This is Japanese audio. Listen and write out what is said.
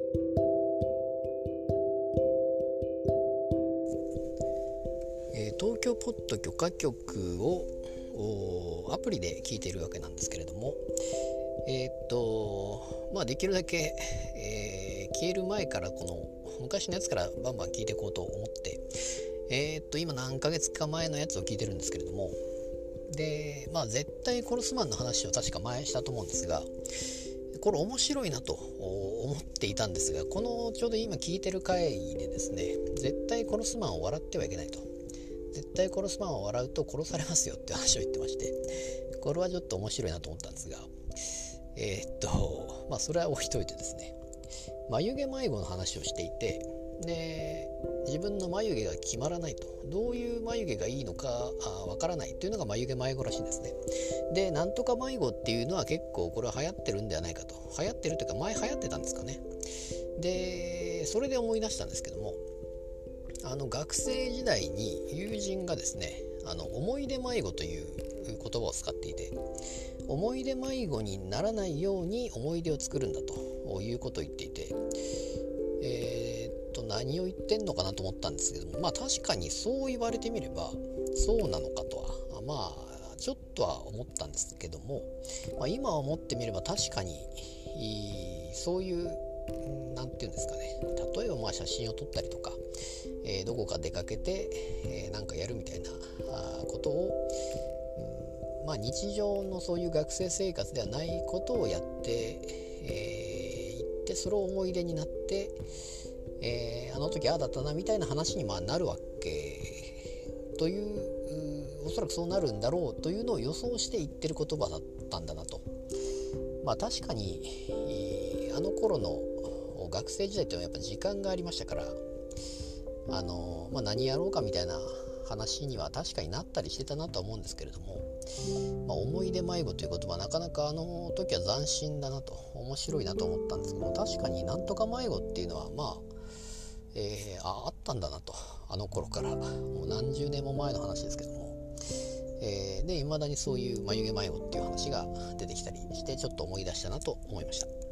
東京ポッド許可局をアプリで聞いているわけなんですけれども、できるだけ、消える前からこの昔のやつからバンバン聞いていこうと思って、今何ヶ月か前のやつを聞いてるんですけれども、で絶対殺すマンの話を確か前したと思うんですが、これ面白いなと思っていたんですが、このちょうど今聞いてる回でですね、絶対殺すマンを笑ってはいけないと、絶対殺すマンを笑うと殺されますよって話を言ってまして、これはちょっと面白いなと思ったんですが、それは置いといてですね、眉毛迷子の話をしていて、で自分の眉毛が決まらないと、どういう眉毛がいいのかわからないというのが眉毛迷子らしいんですね。でなんとか迷子っていうのは結構これは流行ってるんではないかと、流行ってるというか前流行ってたんですかね。でそれで思い出したんですけども、学生時代に友人がですね、思い出迷子という言葉を使っていて、思い出迷子にならないように思い出を作るんだということを言っていて、何を言ってんのかなと思ったんですけども、確かにそう言われてみればそうなのかとはちょっとは思ったんですけども、今思ってみれば確かにそういうなんていうんですかね、例えば写真を撮ったりとか、どこか出かけて、なんかやるみたいなことを、日常のそういう学生生活ではないことをやっていって、それを思い出になって、あの時ああだったなみたいな話になるわけという、おそらくそうなるんだろうというのを予想して言ってる言葉だったんだなと。確かにあの頃の学生時代っていうのはやっぱ時間がありましたから、何やろうかみたいな話には確かになったりしてたなとは思うんですけれども、思い出迷子という言葉はなかなかあの時は斬新だなと、面白いなと思ったんですけども、確かになんとか迷子っていうのはあったんだなと、あの頃からもう何十年も前の話ですけども、で未だにそういう眉毛迷子っていう話が出てきたりして、ちょっと思い出したなと思いました。